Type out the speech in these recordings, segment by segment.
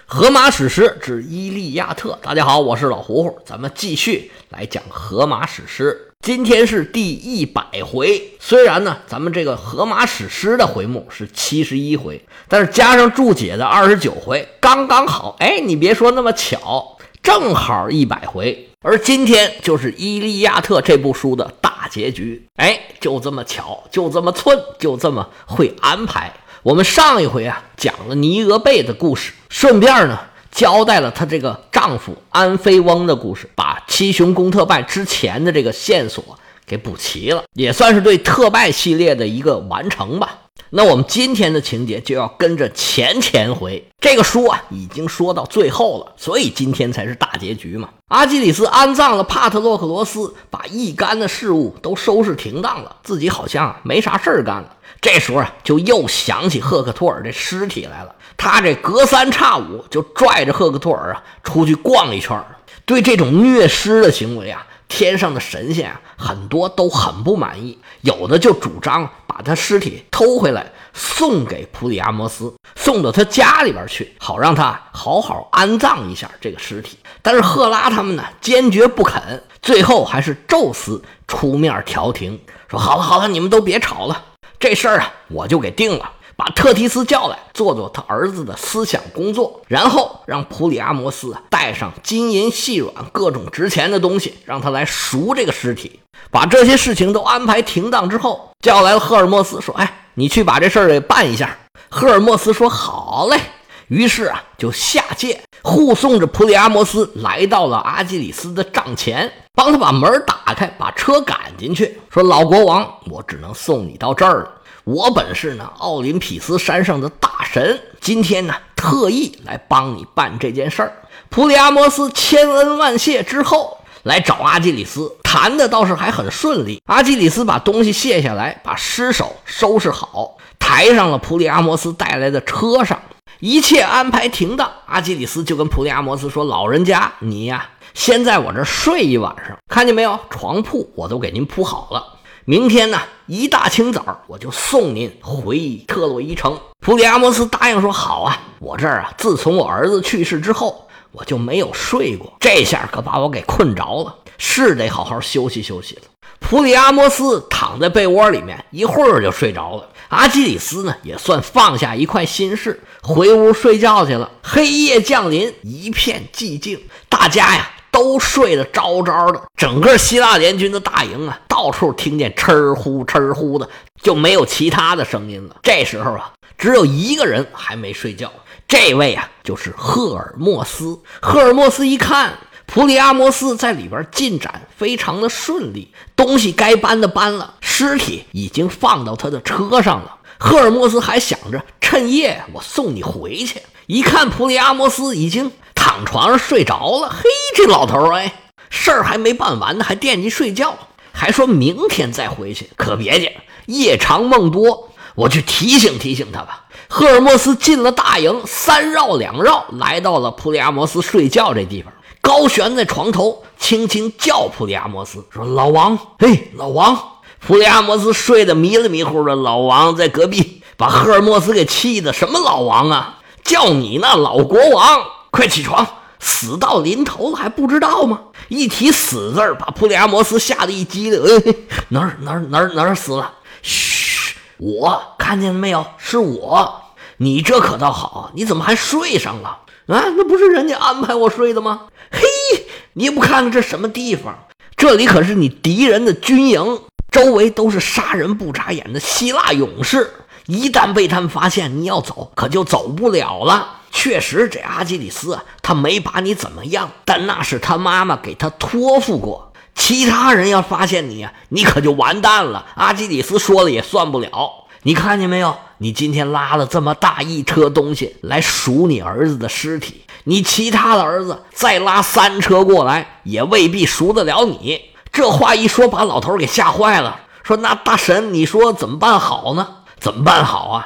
荷马史诗之伊利亚特。大家好，我是老胡胡，咱们继续来讲荷马史诗。今天是第100回，虽然呢咱们这个荷马史诗的回目是71回，但是加上注解的29回刚刚好。你别说那么巧，正好100回。而今天就是伊利亚特这部书的大结局。就这么巧，就这么寸，就这么会安排。我们上一回讲了尼俄贝的故事，顺便呢交代了她这个丈夫安菲翁的故事，把七雄攻特拜之前的这个线索给补齐了，也算是对特拜系列的一个完成吧。那我们今天的情节就要跟着前回，这个书已经说到最后了，所以今天才是大结局嘛。阿基里斯安葬了帕特洛克罗斯，把一干的事务都收拾停当了，自己好像没啥事儿干了。这时候就又想起赫克托尔这尸体来了，他这隔三差五就拽着赫克托尔出去逛一圈。对这种虐尸的行为天上的神仙很多都很不满意，有的就主张把他尸体偷回来送给普里阿摩斯，送到他家里边去，好让他好好安葬一下这个尸体。但是赫拉他们呢坚决不肯，最后还是宙斯出面调停，说好了，你们都别吵了，这事儿我就给定了，把特提斯叫来做做他儿子的思想工作，然后让普里阿摩斯带上金银细软各种值钱的东西，让他来赎这个尸体。把这些事情都安排停当之后，叫来了赫尔墨斯，说你去把这事儿给办一下。赫尔墨斯说好嘞，于是就下界护送着普里阿摩斯来到了阿基里斯的帐前，帮他把门打开，把车赶进去，说老国王，我只能送你到这儿了，我本是呢奥林匹斯山上的大神，今天呢特意来帮你办这件事儿。普里阿摩斯千恩万谢之后来找阿基里斯，谈的倒是还很顺利。阿基里斯把东西卸下来，把尸首收拾好，抬上了普里阿摩斯带来的车上，一切安排停当。阿基里斯就跟普里阿摩斯说，老人家你先在我这睡一晚上，看见没有，床铺我都给您铺好了，明天呢一大清早我就送您回特洛伊城。普里阿摩斯答应说好我这儿自从我儿子去世之后我就没有睡过，这下可把我给困着了，是得好好休息休息了。普里阿摩斯躺在被窝里面一会儿就睡着了，阿基里斯呢也算放下一块心事，回屋睡觉去了。黑夜降临，一片寂静，大家都睡得着着的，整个希腊联军的大营到处听见哧呼哧呼的，就没有其他的声音了。这时候只有一个人还没睡觉，这位就是赫尔墨斯。赫尔墨斯一看普里阿摩斯在里边进展非常的顺利，东西该搬的搬了，尸体已经放到他的车上了。赫尔墨斯还想着趁夜我送你回去，一看普里阿摩斯已经躺床上睡着了，这老头事儿还没办完呢，还惦记睡觉，还说明天再回去，可别介，夜长梦多，我去提醒提醒他吧。赫尔墨斯进了大营，3绕2绕来到了普里阿摩斯睡觉这地方，高悬在床头，轻轻叫普里阿摩斯说老王，老王。普里阿摩斯睡得迷了迷糊的，老王在隔壁把赫尔墨斯给气的，什么老王叫你呢老国王，快起床，死到临头了还不知道吗？一提死字把普里阿摩斯吓得一激灵，哪儿死了？嘘，我看见了没有，是我。你这可倒好，你怎么还睡上了那不是人家安排我睡的吗？你不看看这什么地方，这里可是你敌人的军营，周围都是杀人不眨眼的希腊勇士，一旦被他们发现你要走可就走不了了。确实这阿基里斯他没把你怎么样，但那是他妈妈给他托付过，其他人要发现你你可就完蛋了，阿基里斯说了也算不了。你看见没有，你今天拉了这么大一车东西来赎你儿子的尸体，你其他的儿子再拉3车过来也未必赎得了你。这话一说把老头给吓坏了，说那大神你说怎么办好呢？怎么办好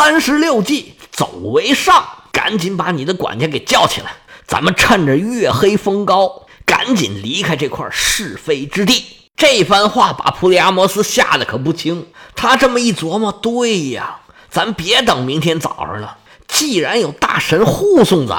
36计走为上，赶紧把你的管家给叫起来，咱们趁着月黑风高赶紧离开这块是非之地。这番话把普里阿摩斯吓得可不轻，他这么一琢磨，对呀，咱别等明天早上了，既然有大神护送咱们，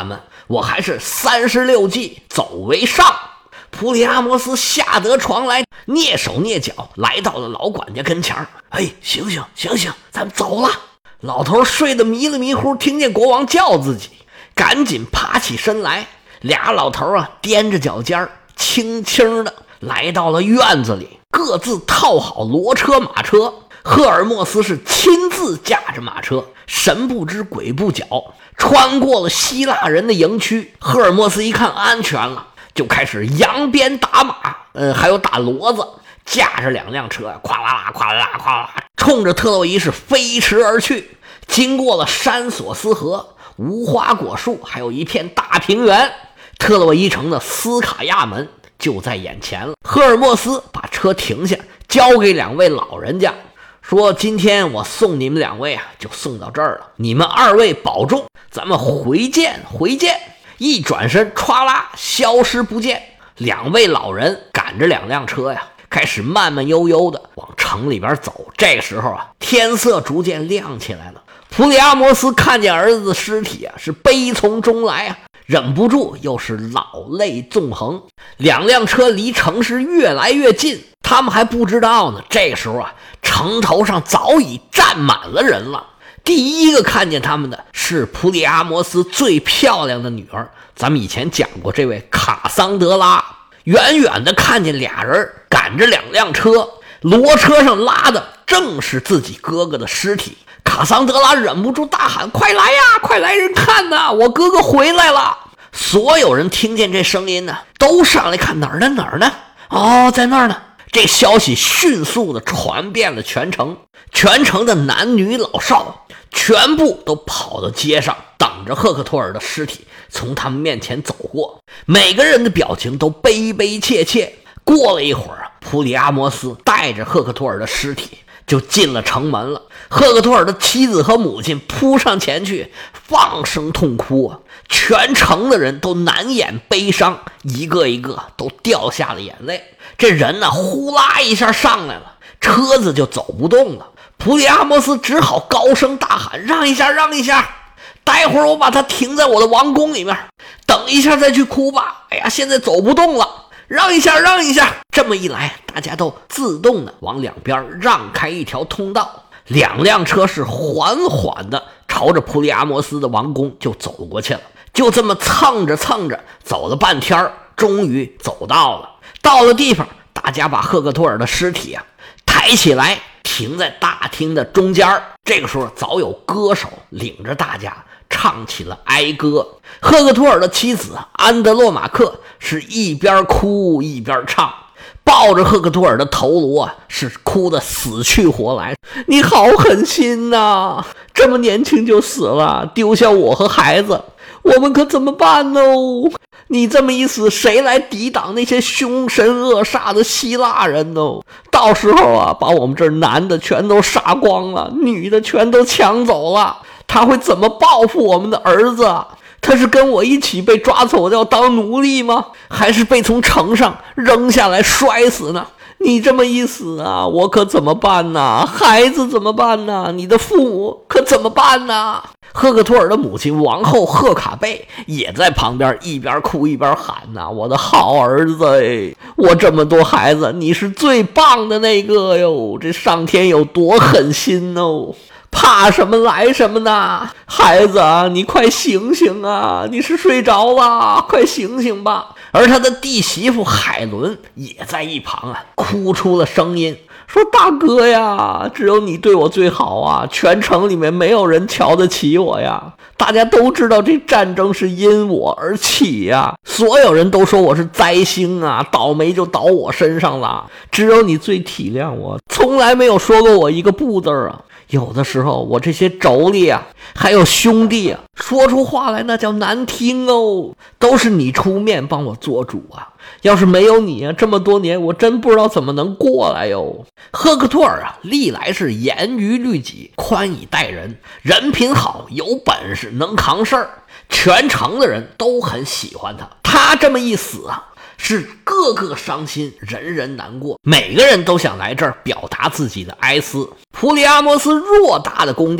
我还是36计走为上。普里阿摩斯下得床来，蹑手蹑脚来到了老管家跟前儿。哎，醒醒醒醒，咱们走了。老头睡得迷了迷糊，听见国王叫自己，赶紧爬起身来。俩老头啊，踮着脚尖儿，轻轻的来到了院子里，各自套好骡车马车。赫尔墨斯是亲自驾着马车，神不知鬼不觉，穿过了希腊人的营区。赫尔墨斯一看安全了，就开始扬鞭打马，还有打骡子，驾着2辆车，咵啦啦咵啦啦咵啦，冲着特洛伊是飞驰而去。经过了山索斯河、无花果树，还有一片大平原，特洛伊城的斯卡亚门就在眼前了。赫尔墨斯把车停下，交给2位老人家，说今天我送你们2位啊，就送到这儿了，你们2位保重，咱们回见回见。一转身歘啦消失不见。2位老人赶着2辆车呀，开始慢慢悠悠的往城里边走。这个时候啊，天色逐渐亮起来了。普里阿摩斯看见儿子的尸体啊，是悲从中来啊，忍不住又是老泪纵横。2辆车离城市越来越近，他们还不知道呢，这个时候啊，城头上早已站满了人了。第一个看见他们的是普里阿摩斯最漂亮的女儿，咱们以前讲过这位卡桑德拉。远远的看见俩人赶着2辆车，骡车上拉的正是自己哥哥的尸体。卡桑德拉忍不住大喊：快来呀，快来人看呐，我哥哥回来了。所有人听见这声音呢，都上来看，哪儿呢哪儿呢？哦，在那儿呢。这消息迅速的传遍了全城，全城的男女老少全部都跑到街上，等着赫克托尔的尸体从他们面前走过。每个人的表情都悲悲切切。过了一会儿，普里阿摩斯带着赫克托尔的尸体就进了城门了。赫克托尔的妻子和母亲扑上前去，放声痛哭啊！全城的人都难掩悲伤，一个一个都掉下了眼泪。这人呢，呼啦一下上来了，车子就走不动了。普里阿摩斯只好高声大喊：让一下让一下，待会儿我把他停在我的王宫里面，等一下再去哭吧。哎呀，现在走不动了，让一下让一下。这么一来，大家都自动的往两边让开一条通道。2辆车是缓缓的朝着普里阿摩斯的王宫就走过去了。就这么蹭着蹭着走了半天，终于走到了。到了地方，大家把赫克托尔的尸体啊抬起来，停在大厅的中间。这个时候早有歌手领着大家唱起了哀歌。赫克托尔的妻子安德洛马克是一边哭一边唱，抱着赫克托尔的头颅啊，是哭得死去活来。你好狠心呐，这么年轻就死了，丢下我和孩子，我们可怎么办呢？你这么一死，谁来抵挡那些凶神恶煞的希腊人呢？到时候啊，把我们这儿男的全都杀光了，女的全都抢走了，他会怎么报复我们的儿子啊？他是跟我一起被抓走要当奴隶吗？还是被从城上扔下来摔死呢？你这么一死啊，我可怎么办呢？孩子怎么办呢？你的父母可怎么办呢？赫克托尔的母亲王后赫卡贝也在旁边一边哭一边喊呐：我的好儿子哎，我这么多孩子，你是最棒的那个哟！这上天有多狠心哦！怕什么来什么呢？孩子啊，你快醒醒啊！你是睡着了，快醒醒吧！而他的弟媳妇海伦也在一旁啊，哭出了声音，说：大哥呀，只有你对我最好啊，全城里面没有人瞧得起我呀！大家都知道这战争是因我而起呀，所有人都说我是灾星啊，倒霉就倒我身上了，只有你最体谅我，从来没有说过我一个不字啊。有的时候我这些妯娌啊，还有兄弟啊，说出话来那叫难听哦，都是你出面帮我做主啊，要是没有你啊，这么多年我真不知道怎么能过来哟。赫克托尔啊，历来是严于律己，宽以待人，人品好，有本事，能扛事儿，全城的人都很喜欢他。他这么一死啊，是个个伤心，人人难过，每个人都想来这儿表达自己的哀思。普里阿摩斯偌大的宫殿，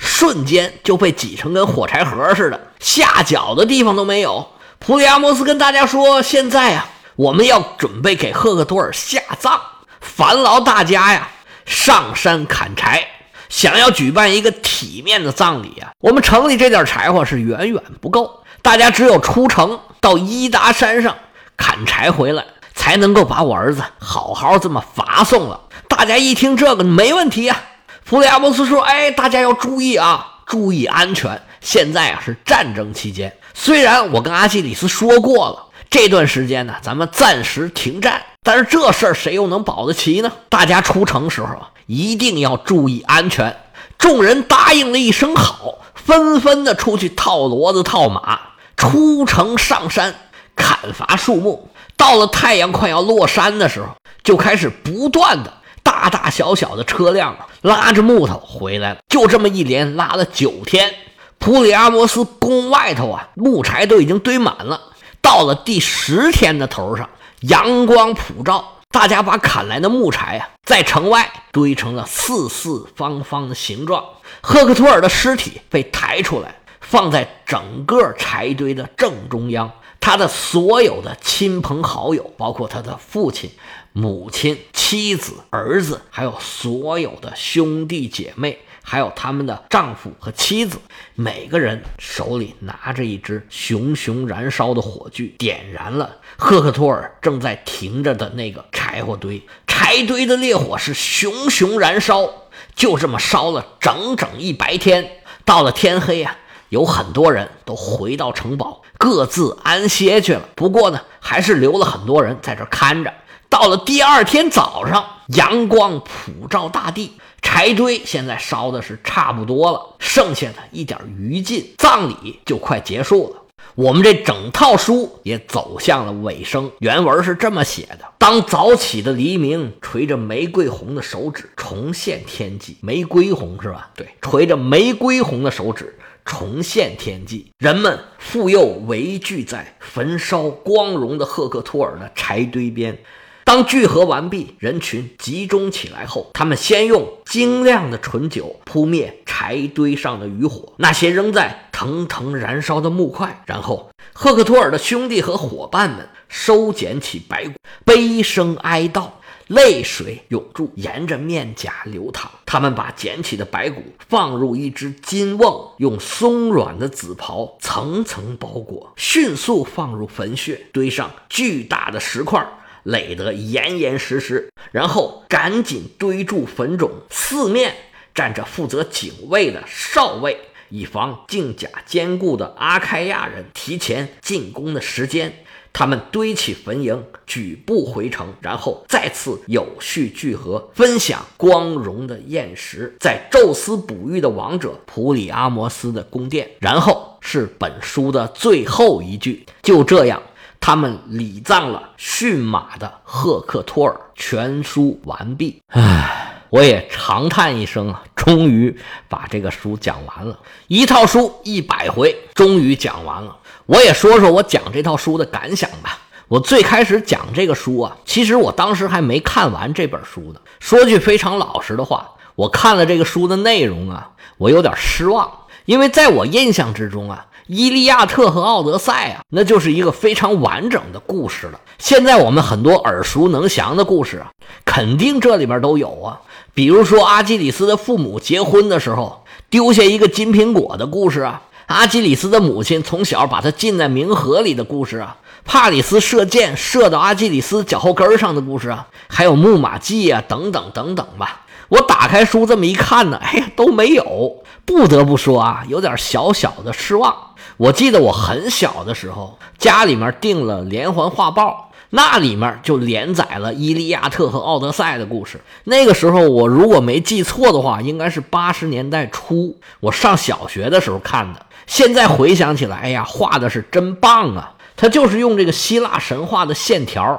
瞬间就被挤成跟火柴盒似的，下脚的地方都没有。普里阿摩斯跟大家说，现在啊，我们要准备给赫克托尔下葬，烦劳大家呀上山砍柴。想要举办一个体面的葬礼啊，我们城里这点柴火是远远不够，大家只有出城到伊达山上砍柴回来，才能够把我儿子好好这么罚送了。大家一听这个没问题啊。普里阿摩斯说，大家要注意啊，注意安全，现在啊是战争期间，虽然我跟阿基里斯说过了，这段时间呢咱们暂时停战，但是这事儿谁又能保得齐呢？大家出城时候啊一定要注意安全。众人答应了一声好，纷纷的出去套骡子套马，出城上山砍伐树木。到了太阳快要落山的时候，就开始不断的大大小小的车辆拉着木头回来了。就这么一连拉了9天，普里阿摩斯宫外头啊木柴都已经堆满了。到了第10天的头上，阳光普照，大家把砍来的木柴啊在城外堆成了四四方方的形状。赫克托尔的尸体被抬出来，放在整个柴堆的正中央。他的所有的亲朋好友，包括他的父亲、母亲、妻子、儿子，还有所有的兄弟姐妹，还有他们的丈夫和妻子，每个人手里拿着一支熊熊燃烧的火炬，点燃了赫克托尔正在停着的那个柴火堆。柴堆的烈火是熊熊燃烧，就这么烧了整整100天。到了天黑啊，有很多人都回到城堡，各自安歇去了。不过呢，还是留了很多人在这看着。到了第2天早上，阳光普照大地，柴堆现在烧的是差不多了，剩下的一点余烬，葬礼就快结束了。我们这整套书也走向了尾声。原文是这么写的：当早起的黎明垂着玫瑰红的手指重现天际，玫瑰红是吧？对，垂着玫瑰红的手指重现天际，人们复又围聚在焚烧光荣的赫克托尔的柴堆边。当聚合完毕，人群集中起来后，他们先用精酿的醇酒扑灭柴堆上的余火，那些仍在腾腾燃烧的木块。然后赫克托尔的兄弟和伙伴们收捡起白骨，悲声哀悼，泪水涌注，沿着面颊流淌。他们把捡起的白骨放入一只金瓮，用松软的紫袍层层包裹，迅速放入坟穴，堆上巨大的石块，垒得严严实实，然后赶紧堆住坟冢，四面站着负责警卫的哨卫，以防镜甲坚固的阿开亚人提前进攻的时间。他们堆起坟茔，举步回城，然后再次有序聚合，分享光荣的宴食，在宙斯哺育的王者普里阿摩斯的宫殿。然后是本书的最后一句，就这样他们礼葬了驯马的赫克托尔。全书完毕。我也长叹一声啊，终于把这个书讲完了。一套书100回，终于讲完了。我也说说我讲这套书的感想吧。我最开始讲这个书啊，其实我当时还没看完这本书呢。说句非常老实的话，我看了这个书的内容啊，我有点失望。因为在我印象之中啊，伊利亚特和奥德赛啊，那就是一个非常完整的故事了。现在我们很多耳熟能详的故事啊，肯定这里边都有啊。比如说阿基里斯的父母结婚的时候丢下一个金苹果的故事啊，阿基里斯的母亲从小把他浸在冥河里的故事啊，帕里斯射箭射到阿基里斯脚后跟上的故事啊，还有木马计啊，等等等等吧。我打开书这么一看呢，都没有。不得不说啊，有点小小的失望。我记得我很小的时候，家里面订了连环画报，那里面就连载了伊利亚特和奥德赛的故事。那个时候我如果没记错的话，应该是80年代初，我上小学的时候看的。现在回想起来，画的是真棒啊。他就是用这个希腊神话的线条，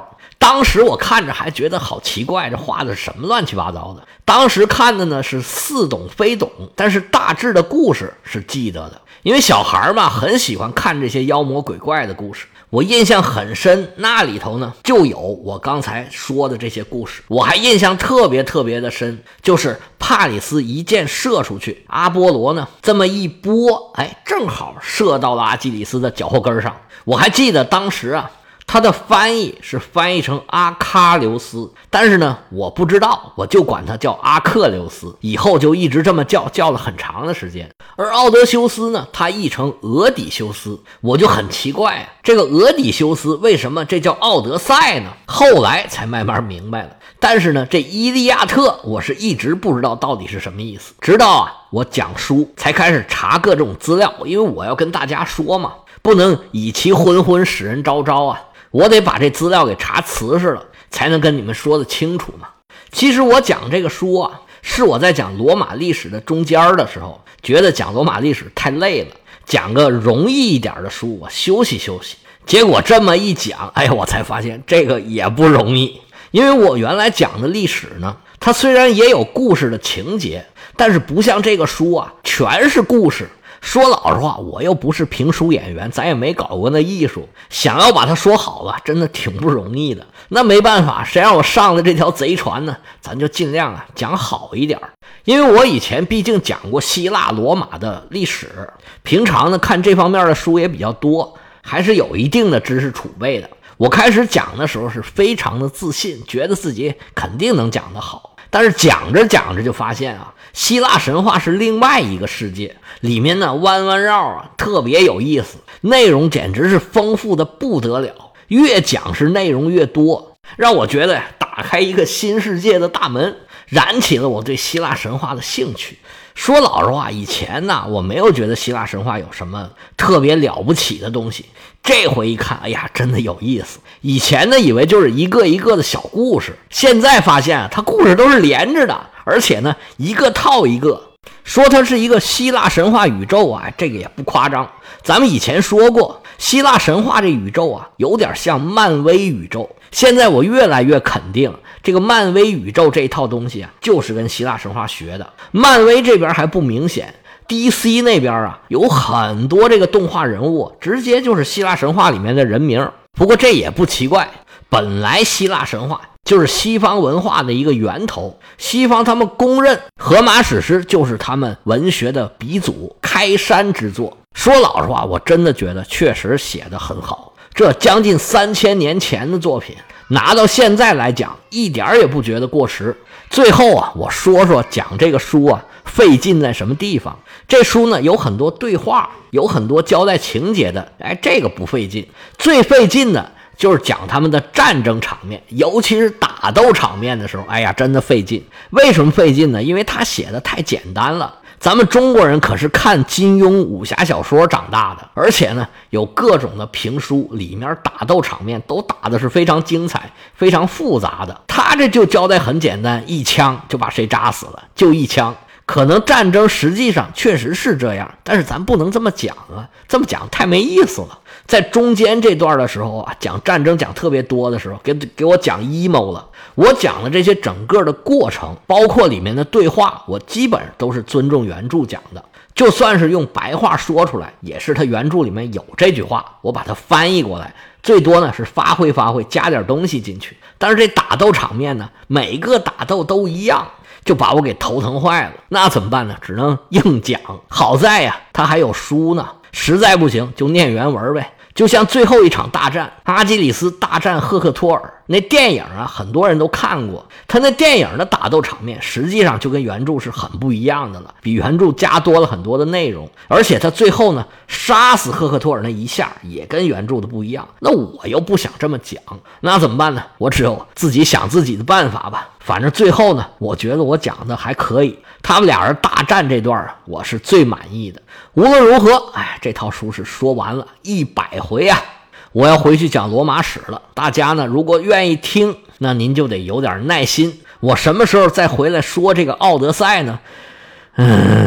当时我看着还觉得好奇怪，这画的是什么乱七八糟的。当时看的呢是似懂非懂，但是大致的故事是记得的，因为小孩嘛很喜欢看这些妖魔鬼怪的故事，我印象很深。那里头呢就有我刚才说的这些故事，我还印象特别的深，就是帕里斯一箭射出去，阿波罗呢这么一拨，正好射到了阿基里斯的脚后跟上。我还记得当时啊，他的翻译是翻译成阿喀琉斯，但是呢我不知道，我就管他叫阿克琉斯，以后就一直这么叫了很长的时间。而奥德修斯呢，他译成俄底修斯，我就很奇怪啊，这个俄底修斯为什么这叫奥德赛呢？后来才慢慢明白了。但是呢，这伊利亚特我是一直不知道到底是什么意思，直到啊我讲书才开始查各种资料，因为我要跟大家说嘛，不能以其昏使人昭昭啊，我得把这资料给查瓷实了，才能跟你们说得清楚嘛。其实我讲这个书啊，是我在讲罗马历史的中间的时候，觉得讲罗马历史太累了，讲个容易一点的书，我休息休息。结果这么一讲，我才发现这个也不容易。因为我原来讲的历史呢，它虽然也有故事的情节，但是不像这个书啊，全是故事。说老实话，我又不是评书演员，咱也没搞过那艺术，想要把它说好了，真的挺不容易的。那没办法，谁让我上了这条贼船呢？咱就尽量啊讲好一点。因为我以前毕竟讲过希腊罗马的历史，平常呢看这方面的书也比较多，还是有一定的知识储备的。我开始讲的时候是非常的自信，觉得自己肯定能讲得好，但是讲着讲着就发现啊，希腊神话是另外一个世界，里面呢弯弯绕啊，特别有意思，内容简直是丰富的不得了，越讲是内容越多，让我觉得打开一个新世界的大门，燃起了我对希腊神话的兴趣。说老实话，以前呢我没有觉得希腊神话有什么特别了不起的东西，这回一看，真的有意思。以前呢以为就是一个一个的小故事，现在发现啊，它故事都是连着的，而且呢一个套一个。说它是一个希腊神话宇宙啊，这个也不夸张。咱们以前说过，希腊神话这宇宙啊，有点像漫威宇宙。现在我越来越肯定，这个漫威宇宙这套东西啊，就是跟希腊神话学的。漫威这边还不明显，DC 那边啊，有很多这个动画人物直接就是希腊神话里面的人名。不过这也不奇怪，本来希腊神话就是西方文化的一个源头，西方他们公认荷马史诗就是他们文学的鼻祖，开山之作。说老实话，我真的觉得确实写得很好，这将近3000年前的作品拿到现在来讲一点也不觉得过时。最后啊，我说说讲这个书啊费劲在什么地方。这书呢有很多对话，有很多交代情节的，这个不费劲。最费劲的就是讲他们的战争场面，尤其是打斗场面的时候，真的费劲。为什么费劲呢？因为他写的太简单了。咱们中国人可是看金庸武侠小说长大的，而且呢有各种的评书，里面打斗场面都打的是非常精彩非常复杂的。他这就交代很简单，一枪就把谁扎死了，就一枪。可能战争实际上确实是这样，但是咱不能这么讲啊，这么讲太没意思了。在中间这段的时候啊，讲战争讲特别多的时候，给我讲 emo 了。我讲的这些整个的过程，包括里面的对话，我基本都是尊重原著讲的。就算是用白话说出来，也是他原著里面有这句话，我把它翻译过来，最多呢是发挥加点东西进去。但是这打斗场面呢，每个打斗都一样，就把我给头疼坏了。那怎么办呢？只能硬讲。好在呀，他还有书呢，实在不行就念原文呗。就像最后一场大战，阿基里斯大战赫克托尔那电影啊，很多人都看过。他那电影的打斗场面实际上就跟原著是很不一样的了，比原著加多了很多的内容。而且他最后呢杀死赫克托尔那一下也跟原著的不一样。那我又不想这么讲，那怎么办呢？我只有自己想自己的办法吧。反正最后呢，我觉得我讲的还可以，他们俩人大战这段我是最满意的。无论如何，这套书是说完了100回啊，我要回去讲罗马史了。大家呢如果愿意听，那您就得有点耐心。我什么时候再回来说这个奥德赛呢？我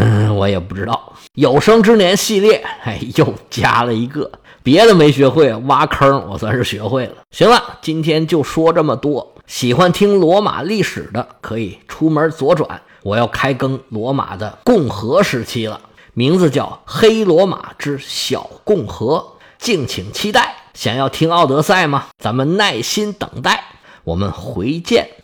我也不知道。有生之年系列，又加了一个，别的没学会，挖坑我算是学会了。行了，今天就说这么多。喜欢听罗马历史的可以出门左转，我要开更罗马的共和时期了，名字叫黑罗马之小共和，敬请期待。想要听奥德赛吗？咱们耐心等待，我们回见。